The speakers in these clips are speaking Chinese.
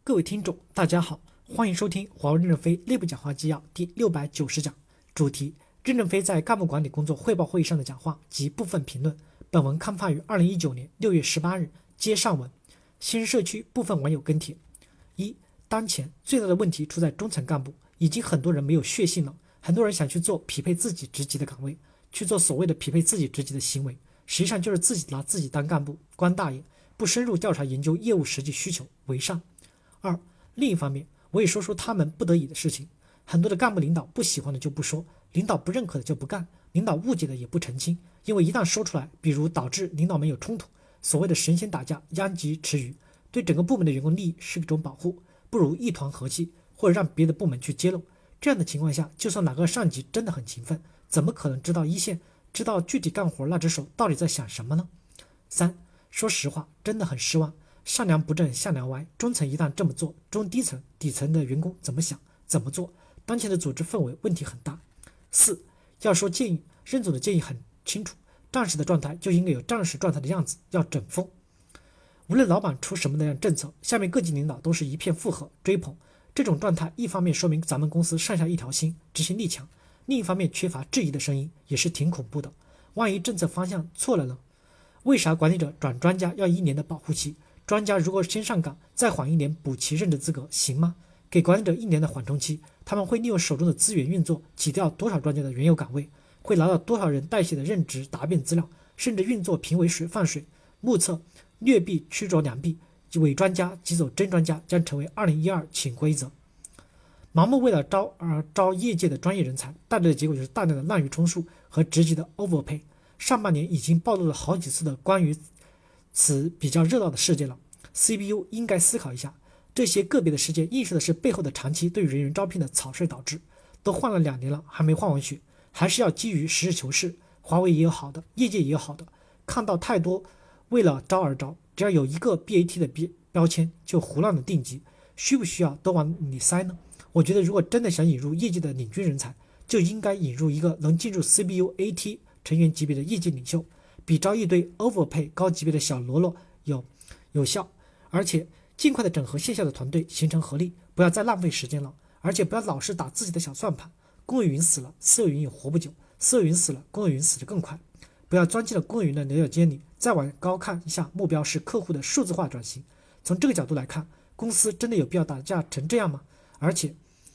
各位听众，大家好，欢迎收听华为任正非内部讲话纪要第690讲，主题：任正非在干部管理工作汇报会议上的讲话及部分评论。本文刊发于2019年6月18日，接上文。新社区部分网友跟帖：一、当前最大的问题出在中层干部，已经很多人没有血性了，很多人想去做匹配自己职级的岗位，去做所谓的匹配自己职级的行为，实际上就是自己拿自己当干部，官大爷，不深入调查研究业务实际需求为上。二，另一方面，我也说说他们不得已的事情。很多的干部领导不喜欢的就不说，领导不认可的就不干，领导误解的也不澄清，因为一旦说出来，比如导致领导们有冲突，所谓的神仙打架，殃及池鱼，对整个部门的员工利益是一种保护，不如一团和气，或者让别的部门去揭露。这样的情况下，就算哪个上级真的很勤奋，怎么可能知道一线，知道具体干活那只手到底在想什么呢？三，说实话，真的很失望。上梁不正下梁歪，中层一旦这么做，中低层底层的员工怎么想怎么做？当前的组织氛围问题很大。四，要说建议，任总的建议很清楚，战时的状态就应该有战时状态的样子，要整风。无论老板出什么样的政策，下面各级领导都是一片附和追捧，这种状态一方面说明咱们公司上下一条心，执行力强，另一方面缺乏质疑的声音，也是挺恐怖的。万一政策方向错了呢？为啥管理者转专家要1年的保护期？专家如果先上岗，再缓1年补其任职资格，行吗？给管理者1年的缓冲期，他们会利用手中的资源运作，挤掉多少专家的原有岗位，会拿到多少人代写的任职答辩资料，甚至运作评为水放水，目测劣币驱逐良币，伪专家挤走真专家将成为2012潜规则。盲目为了招而招业界的专业人才，带来的结果就是大量的滥竽充数和职级的 overpay。上半年已经暴露了好几次的关于此比较热闹的事件了。CPU 应该思考一下，这些个别的事件映射的是背后的长期对人员招聘的草率导致。都换了2年了，还没换完血，还是要基于实事求是。华为也有好的，业界也有好的，看到太多为了招而招，只要有一个 BAT 的标签就胡乱的定级，需不需要都往里塞呢？我觉得如果真的想引入业界的领军人才，就应该引入一个能进入 CPU-AT 成员级别的业界领袖，比招一堆 overpay 高级别的小喽啰有效。而且尽快的整合线下的团队，形成合力，不要再浪费时间了。而且不要老是打自己的小算盘，公有云死了，私有云也活不久，私有云死了，公有云死得更快。不要钻进了公有云的牛角尖里。再往高看一下，目标是客户的数字化转型。从这个角度来看，公司真的有必要打架成这样吗？而且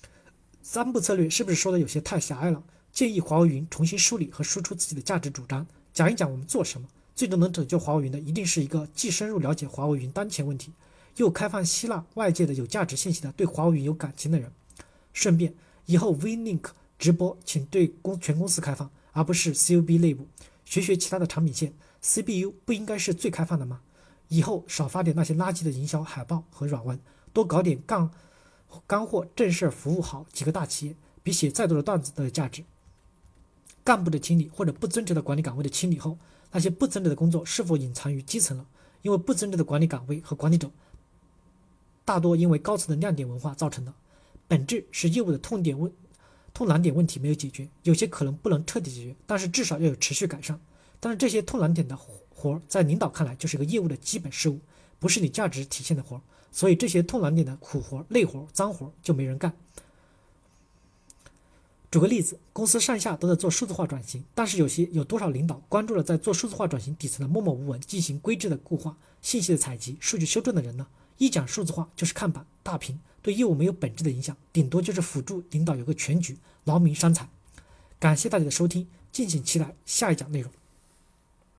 3步策略是不是说的有些太狭隘了？建议华为云重新梳理和输出自己的价值主张，讲一讲我们做什么。最终能拯救华为云的，一定是一个既深入了解华为云当前问题，又开放吸纳外界的有价值信息的对华为云有感情的人。顺便，以后 WinLink 直播请对全公司开放，而不是 CUB 内部。学学其他的产品线， CPU 不应该是最开放的吗？以后少发点那些垃圾的营销海报和软文，多搞点干货正事服务好几个大企业，比写再多的段子都有价值。干部的清理或者不增值的管理岗位的清理后，那些不增值的工作是否隐藏于基层了？因为不增值的管理岗位和管理者大多因为高层的亮点文化造成的，本质是业务的痛难点问题没有解决，有些可能不能彻底解决，但是至少要有持续改善。但是这些痛难点的活在领导看来就是个业务的基本事务，不是你价值体现的活，所以这些痛难点的苦活、累活、脏活就没人干。举个例子，公司上下都在做数字化转型，但是有多少领导关注了在做数字化转型底层的默默无闻进行规制的固化、信息的采集、数据修正的人呢？一讲数字化就是看板大屏，对业务没有本质的影响，顶多就是辅助领导有个全局，劳民伤财。感谢大家的收听，敬请期待下一讲内容。